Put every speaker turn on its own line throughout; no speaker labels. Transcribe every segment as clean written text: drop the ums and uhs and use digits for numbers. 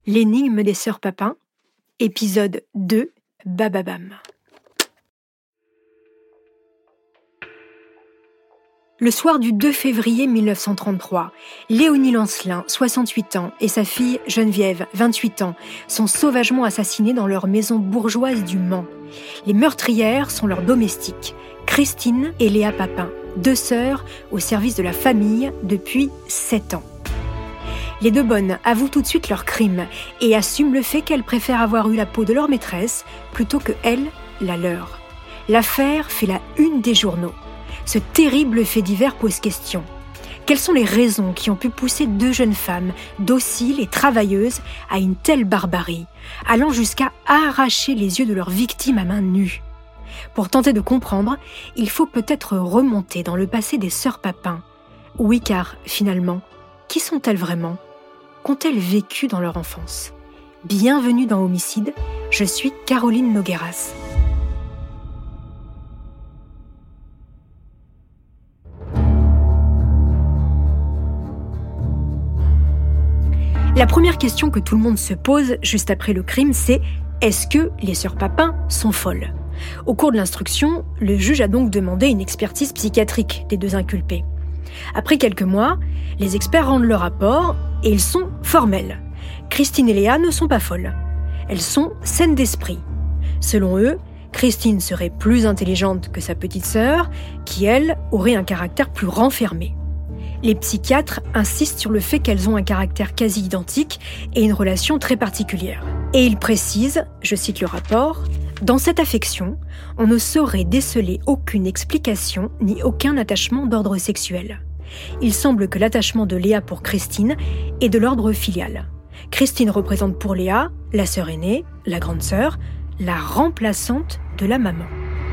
L'énigme des sœurs Papin, épisode 2, Bababam. Le soir du 2 février 1933, Léonie Lancelin, 68 ans, et sa fille Geneviève, 28 ans, sont sauvagement assassinés dans leur maison bourgeoise du Mans. Les meurtrières sont leurs domestiques, Christine et Léa Papin, deux sœurs au service de la famille depuis 7 ans. Les deux bonnes avouent tout de suite leur crime et assument le fait qu'elles préfèrent avoir eu la peau de leur maîtresse plutôt que elle, la leur. L'affaire fait la une des journaux. Ce terrible fait divers pose question. Quelles sont les raisons qui ont pu pousser deux jeunes femmes, dociles et travailleuses, à une telle barbarie, allant jusqu'à arracher les yeux de leurs victimes à main nue ? Pour tenter de comprendre, il faut peut-être remonter dans le passé des sœurs Papin. Oui, car, finalement, qui sont-elles vraiment ? Qu'ont-elles vécu dans leur enfance ? Bienvenue dans Homicide, je suis Caroline Nogueras. La première question que tout le monde se pose juste après le crime, c'est « Est-ce que les sœurs Papin sont folles ?» Au cours de l'instruction, le juge a donc demandé une expertise psychiatrique des deux inculpés. Après quelques mois, les experts rendent le rapport et ils sont formels. Christine et Léa ne sont pas folles. Elles sont saines d'esprit. Selon eux, Christine serait plus intelligente que sa petite sœur, qui, elle, aurait un caractère plus renfermé. Les psychiatres insistent sur le fait qu'elles ont un caractère quasi identique et une relation très particulière. Et ils précisent, je cite le rapport, « Dans cette affection, on ne saurait déceler aucune explication ni aucun attachement d'ordre sexuel. Il semble que l'attachement de Léa pour Christine est de l'ordre filial. Christine représente pour Léa, la sœur aînée, la grande sœur, la remplaçante de la maman. »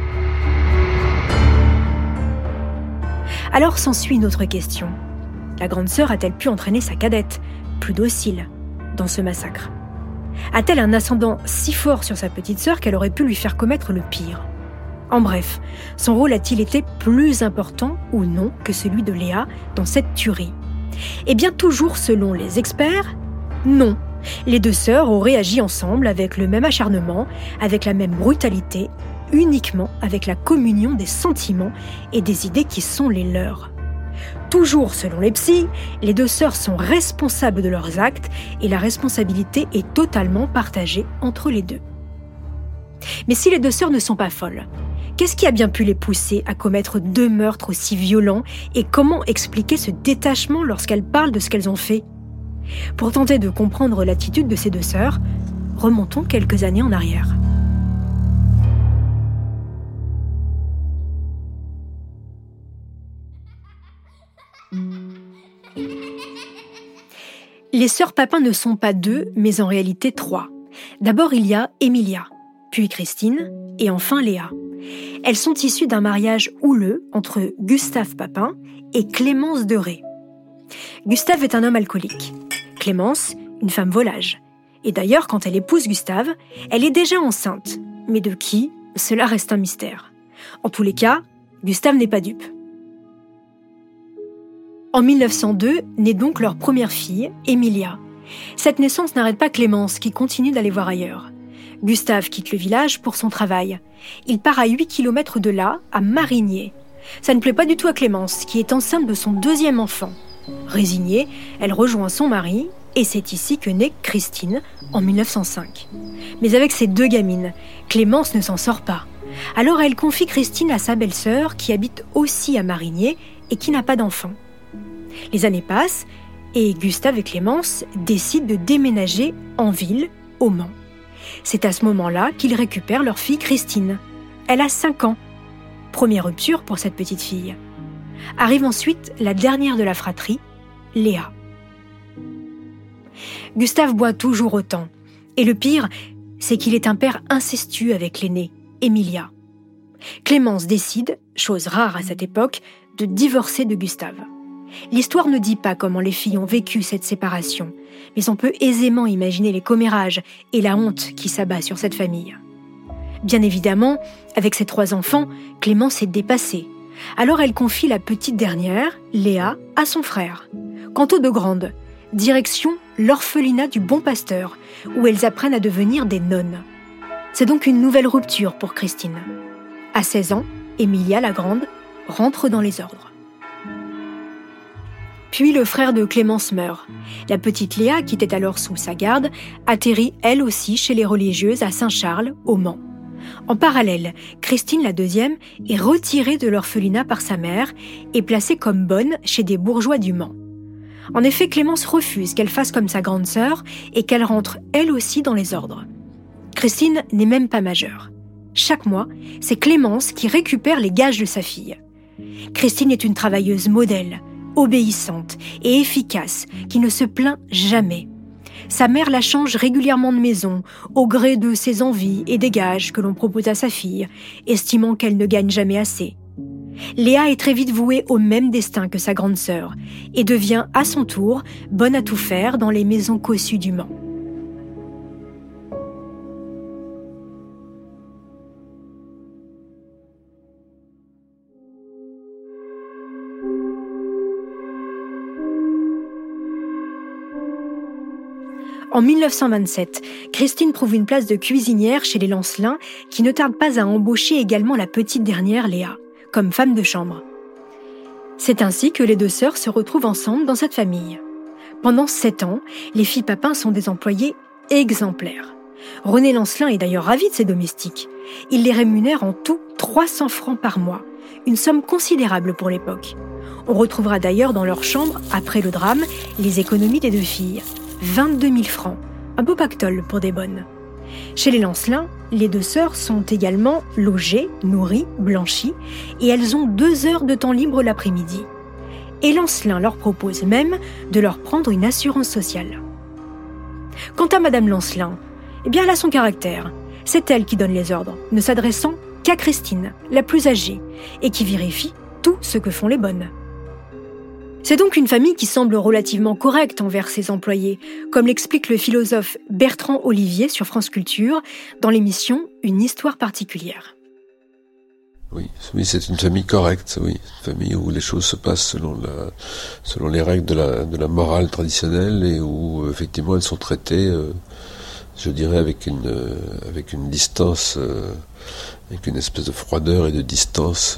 Alors s'ensuit une autre question. La grande sœur a-t-elle pu entraîner sa cadette, plus docile, dans ce massacre ? A-t-elle un ascendant si fort sur sa petite sœur qu'elle aurait pu lui faire commettre le pire ? En bref, son rôle a-t-il été plus important ou non que celui de Léa dans cette tuerie ? Eh bien, toujours selon les experts, non. Les deux sœurs auraient agi ensemble avec le même acharnement, avec la même brutalité, uniquement avec la communion des sentiments et des idées qui sont les leurs. Toujours selon les psys, les deux sœurs sont responsables de leurs actes et la responsabilité est totalement partagée entre les deux. Mais si les deux sœurs ne sont pas folles, qu'est-ce qui a bien pu les pousser à commettre deux meurtres aussi violents et comment expliquer ce détachement lorsqu'elles parlent de ce qu'elles ont fait ? Pour tenter de comprendre l'attitude de ces deux sœurs, remontons quelques années en arrière. Les sœurs Papin ne sont pas deux, mais en réalité trois. D'abord, il y a Emilia, puis Christine, et enfin Léa. Elles sont issues d'un mariage houleux entre Gustave Papin et Clémence de Ré. Gustave est un homme alcoolique. Clémence, une femme volage. Et d'ailleurs, quand elle épouse Gustave, elle est déjà enceinte. Mais de qui ? Cela reste un mystère. En tous les cas, Gustave n'est pas dupe. En 1902, naît donc leur première fille, Emilia. Cette naissance n'arrête pas Clémence, qui continue d'aller voir ailleurs. Gustave quitte le village pour son travail. Il part à 8 km de là, à Marigné. Ça ne plaît pas du tout à Clémence, qui est enceinte de son deuxième enfant. Résignée, elle rejoint son mari, et c'est ici que naît Christine, en 1905. Mais avec ces deux gamines, Clémence ne s'en sort pas. Alors elle confie Christine à sa belle-sœur, qui habite aussi à Marigné et qui n'a pas d'enfant. Les années passent et Gustave et Clémence décident de déménager en ville, au Mans. C'est à ce moment-là qu'ils récupèrent leur fille Christine. Elle a 5 ans. Première rupture pour cette petite fille. Arrive ensuite la dernière de la fratrie, Léa. Gustave boit toujours autant. Et le pire, c'est qu'il est un père incestueux avec l'aînée, Emilia. Clémence décide, chose rare à cette époque, de divorcer de Gustave. L'histoire ne dit pas comment les filles ont vécu cette séparation, mais on peut aisément imaginer les commérages et la honte qui s'abat sur cette famille. Bien évidemment, avec ses 3 enfants, Clémence est dépassée. Alors elle confie la petite dernière, Léa, à son frère. Quant aux 2 grandes, direction l'orphelinat du Bon Pasteur, où elles apprennent à devenir des nonnes. C'est donc une nouvelle rupture pour Christine. À 16 ans, Emilia, la grande, rentre dans les ordres. Puis le frère de Clémence meurt. La petite Léa, qui était alors sous sa garde, atterrit elle aussi chez les religieuses à Saint-Charles, au Mans. En parallèle, Christine, la deuxième, est retirée de l'orphelinat par sa mère et placée comme bonne chez des bourgeois du Mans. En effet, Clémence refuse qu'elle fasse comme sa grande sœur et qu'elle rentre elle aussi dans les ordres. Christine n'est même pas majeure. Chaque mois, c'est Clémence qui récupère les gages de sa fille. Christine est une travailleuse modèle, obéissante et efficace, qui ne se plaint jamais. Sa mère la change régulièrement de maison, au gré de ses envies et des gages que l'on propose à sa fille, estimant qu'elle ne gagne jamais assez. Léa est très vite vouée au même destin que sa grande sœur et devient à son tour bonne à tout faire dans les maisons cossues du Mans. En 1927, Christine trouve une place de cuisinière chez les Lancelin qui ne tarde pas à embaucher également la petite dernière, Léa, comme femme de chambre. C'est ainsi que les deux sœurs se retrouvent ensemble dans cette famille. Pendant 7 ans, les filles Papin sont des employées exemplaires. René Lancelin est d'ailleurs ravi de ses domestiques. Il les rémunère en tout 300 francs par mois, une somme considérable pour l'époque. On retrouvera d'ailleurs dans leur chambre, après le drame, les économies des deux filles. 22 000 francs, un beau pactole pour des bonnes. Chez les Lancelin, les deux sœurs sont également logées, nourries, blanchies, et elles ont 2 heures de temps libre l'après-midi. Et Lancelin leur propose même de leur prendre une assurance sociale. Quant à Madame Lancelin, eh bien elle a son caractère. C'est elle qui donne les ordres, ne s'adressant qu'à Christine, la plus âgée, et qui vérifie tout ce que font les bonnes. C'est donc une famille qui semble relativement correcte envers ses employés, comme l'explique le philosophe Bertrand Olivier sur France Culture dans l'émission Une histoire particulière.
Oui, c'est une famille correcte, oui, une famille où les choses se passent selon les règles de la morale traditionnelle et où effectivement elles sont traitées, je dirais avec une distance, avec une espèce de froideur et de distance,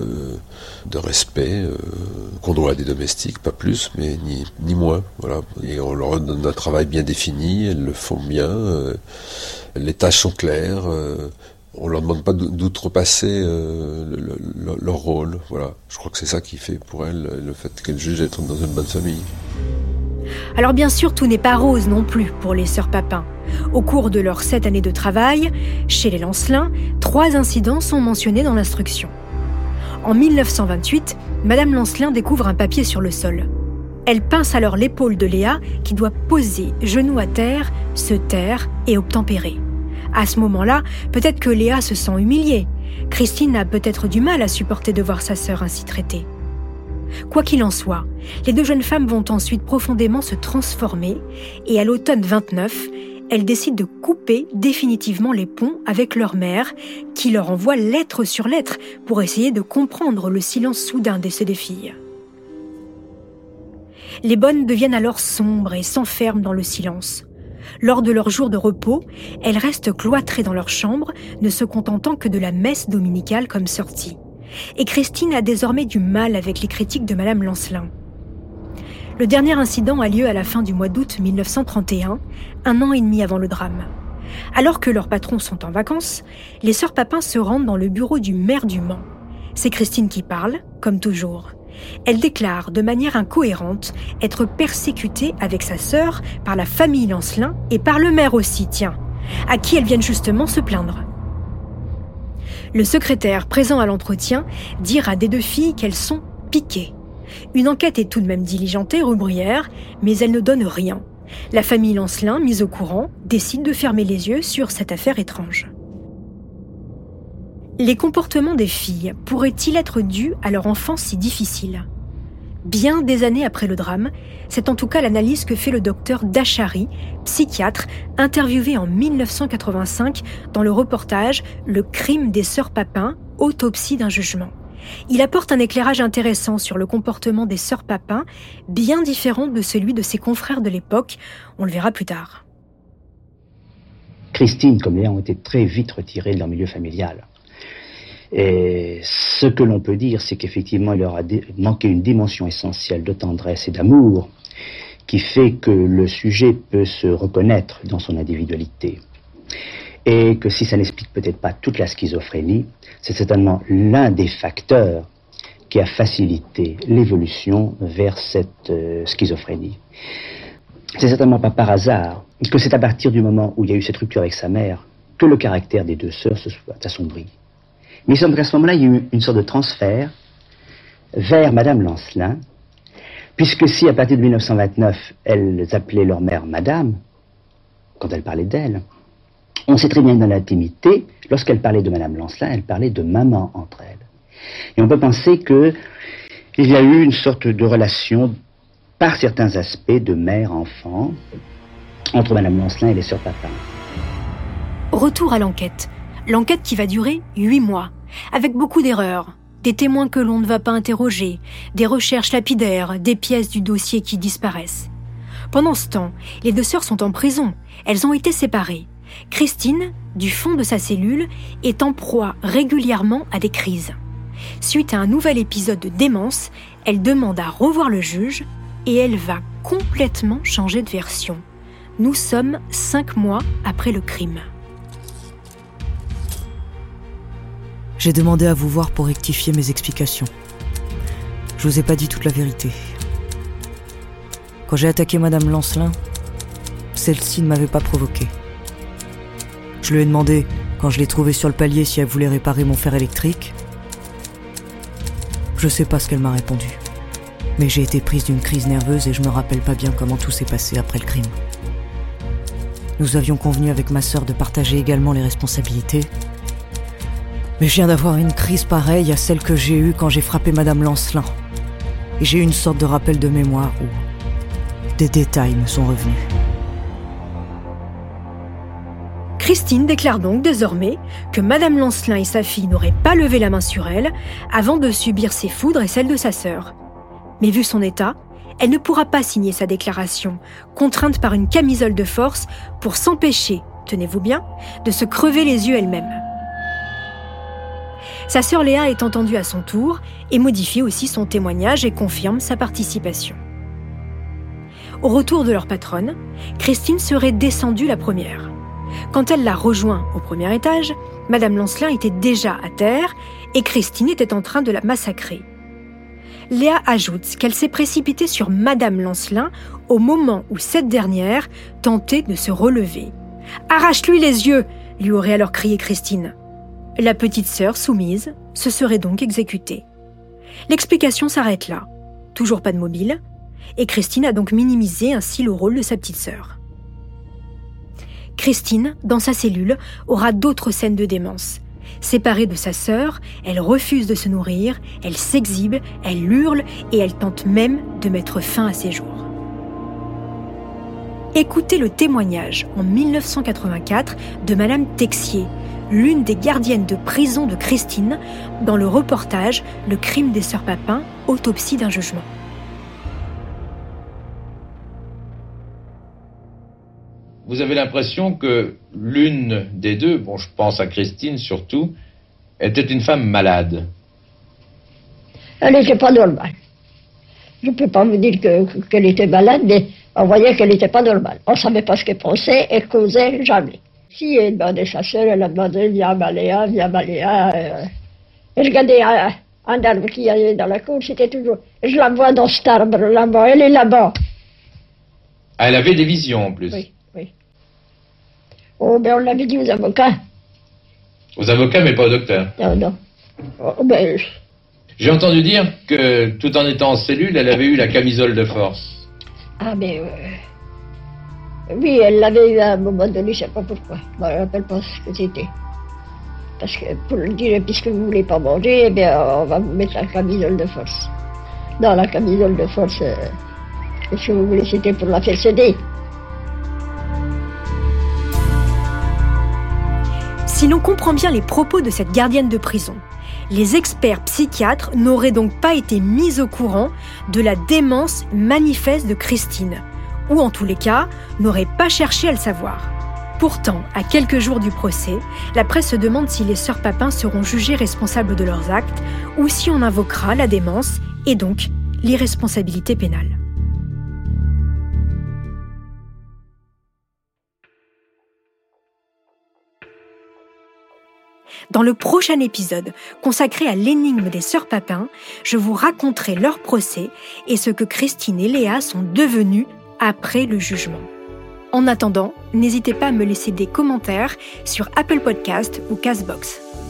de respect qu'on doit à des domestiques, pas plus, mais ni moins. Voilà. Et on leur donne un travail bien défini, elles le font bien, les tâches sont claires. On leur demande pas d'outrepasser leur rôle. Voilà. Je crois que c'est ça qui fait pour elles le fait qu'elles jugent être dans une bonne famille.
Alors bien sûr, tout n'est pas rose non plus pour les sœurs Papin. Au cours de leurs 7 années de travail, chez les Lancelin, 3 incidents sont mentionnés dans l'instruction. En 1928, Madame Lancelin découvre un papier sur le sol. Elle pince alors l'épaule de Léa qui doit poser, genou à terre, se taire et obtempérer. À ce moment-là, peut-être que Léa se sent humiliée. Christine a peut-être du mal à supporter de voir sa sœur ainsi traitée. Quoi qu'il en soit, les 2 jeunes femmes vont ensuite profondément se transformer et à l'automne 29, elles décident de couper définitivement les ponts avec leur mère qui leur envoie lettre sur lettre pour essayer de comprendre le silence soudain de ces 2 filles. Les bonnes deviennent alors sombres et s'enferment dans le silence. Lors de leurs jours de repos, elles restent cloîtrées dans leur chambre, ne se contentant que de la messe dominicale comme sortie. Et Christine a désormais du mal avec les critiques de Madame Lancelin. Le dernier incident a lieu à la fin du mois d'août 1931, 1 an et demi avant le drame. Alors que leurs patrons sont en vacances, les sœurs Papin se rendent dans le bureau du maire du Mans. C'est Christine qui parle, comme toujours. Elle déclare de manière incohérente être persécutée avec sa sœur par la famille Lancelin et par le maire aussi, tiens, à qui elles viennent justement se plaindre. Le secrétaire présent à l'entretien dira des 2 filles qu'elles sont piquées. Une enquête est tout de même diligentée rue Bruyère, mais elle ne donne rien. La famille Lancelin, mise au courant, décide de fermer les yeux sur cette affaire étrange. Les comportements des filles pourraient-ils être dus à leur enfance si difficile ? Bien des années après le drame, c'est en tout cas l'analyse que fait le docteur Dachary, psychiatre, interviewé en 1985 dans le reportage « Le crime des sœurs Papin, autopsie d'un jugement ». Il apporte un éclairage intéressant sur le comportement des sœurs Papin, bien différent de celui de ses confrères de l'époque. On le verra plus tard.
Christine comme Léa ont été très vite retirées de leur milieu familial. Et ce que l'on peut dire, c'est qu'effectivement, il leur a manqué une dimension essentielle de tendresse et d'amour qui fait que le sujet peut se reconnaître dans son individualité. Et que si ça n'explique peut-être pas toute la schizophrénie, c'est certainement l'un des facteurs qui a facilité l'évolution vers cette schizophrénie. C'est certainement pas par hasard que c'est à partir du moment où il y a eu cette rupture avec sa mère que le caractère des deux sœurs se soit assombri. Mais il semble qu'à ce moment-là, il y a eu une sorte de transfert vers Madame Lancelin, puisque si à partir de 1929, elles appelaient leur mère Madame, quand elles parlaient d'elle, on sait très bien dans l'intimité, lorsqu'elles parlaient de Madame Lancelin, elles parlaient de maman entre elles. Et on peut penser qu'il y a eu une sorte de relation, par certains aspects, de mère-enfant, entre Madame Lancelin et les sœurs Papin.
Retour à l'enquête. L'enquête qui va durer 8 mois, avec beaucoup d'erreurs, des témoins que l'on ne va pas interroger, des recherches lapidaires, des pièces du dossier qui disparaissent. Pendant ce temps, les deux sœurs sont en prison. Elles ont été séparées. Christine, du fond de sa cellule, est en proie régulièrement à des crises. Suite à un nouvel épisode de démence, elle demande à revoir le juge et elle va complètement changer de version. Nous sommes 5 mois après le crime.
J'ai demandé à vous voir pour rectifier mes explications. Je vous ai pas dit toute la vérité. Quand j'ai attaqué Madame Lancelin, celle-ci ne m'avait pas provoqué. Je lui ai demandé, quand je l'ai trouvée sur le palier, si elle voulait réparer mon fer électrique. Je sais pas ce qu'elle m'a répondu. Mais j'ai été prise d'une crise nerveuse et je me rappelle pas bien comment tout s'est passé après le crime. Nous avions convenu avec ma sœur de partager également les responsabilités. Mais je viens d'avoir une crise pareille à celle que j'ai eue quand j'ai frappé Madame Lancelin. Et j'ai eu une sorte de rappel de mémoire où des détails me sont revenus.
Christine déclare donc désormais que Madame Lancelin et sa fille n'auraient pas levé la main sur elle avant de subir ses foudres et celles de sa sœur. Mais vu son état, elle ne pourra pas signer sa déclaration, contrainte par une camisole de force pour s'empêcher, tenez-vous bien, de se crever les yeux elle-même. Sa sœur Léa est entendue à son tour et modifie aussi son témoignage et confirme sa participation. Au retour de leur patronne, Christine serait descendue la première. Quand elle l'a rejoint au premier étage, Madame Lancelin était déjà à terre et Christine était en train de la massacrer. Léa ajoute qu'elle s'est précipitée sur Madame Lancelin au moment où cette dernière tentait de se relever. « Arrache-lui les yeux !» lui aurait alors crié Christine. La petite sœur, soumise, se serait donc exécutée. L'explication s'arrête là. Toujours pas de mobile, et Christine a donc minimisé ainsi le rôle de sa petite sœur. Christine, dans sa cellule, aura d'autres scènes de démence. Séparée de sa sœur, elle refuse de se nourrir, elle s'exhibe, elle hurle et elle tente même de mettre fin à ses jours. Écoutez le témoignage en 1984 de Madame Texier, l'une des gardiennes de prison de Christine, dans le reportage « Le crime des sœurs Papin, autopsie d'un jugement ».
Vous avez l'impression que l'une des deux, bon, je pense à Christine surtout, était une femme malade.
Elle n'était pas normale. Je ne peux pas vous dire qu'elle était malade, mais on voyait qu'elle n'était pas normale. On ne savait pas ce qu'elle pensait et causait jamais. Si elle demandait sa sœur, elle a demandé viens Maléa. Elle regardait un arbre qu'il y avait dans la cour, c'était toujours je la vois dans cet arbre là-bas, elle est là-bas.
Ah, elle avait des visions en plus.
Oui, oui. Oh, ben on l'avait dit aux avocats.
Aux avocats, mais pas au docteur.
Non, non. Oh, ben...
J'ai entendu dire que tout en étant en cellule, elle avait eu la camisole de force.
Ah, mais... Oui, elle l'avait eu à un moment donné, je ne sais pas pourquoi. Je ne me rappelle pas ce que c'était. Parce que pour le dire, puisque vous ne voulez pas manger, eh bien, on va vous mettre la camisole de force. Non, la camisole de force, qu'est-ce que vous voulez, c'était pour la faire céder.
Si l'on comprend bien les propos de cette gardienne de prison, Les experts psychiatres n'auraient donc pas été mis au courant de la démence manifeste de Christine, ou en tous les cas, n'auraient pas cherché à le savoir. Pourtant, à quelques jours du procès, la presse se demande si les sœurs Papin seront jugées responsables de leurs actes ou si on invoquera la démence et donc l'irresponsabilité pénale. Dans le prochain épisode, consacré à l'énigme des sœurs Papin, je vous raconterai leur procès et ce que Christine et Léa sont devenues après le jugement. En attendant, n'hésitez pas à me laisser des commentaires sur Apple Podcast ou Castbox.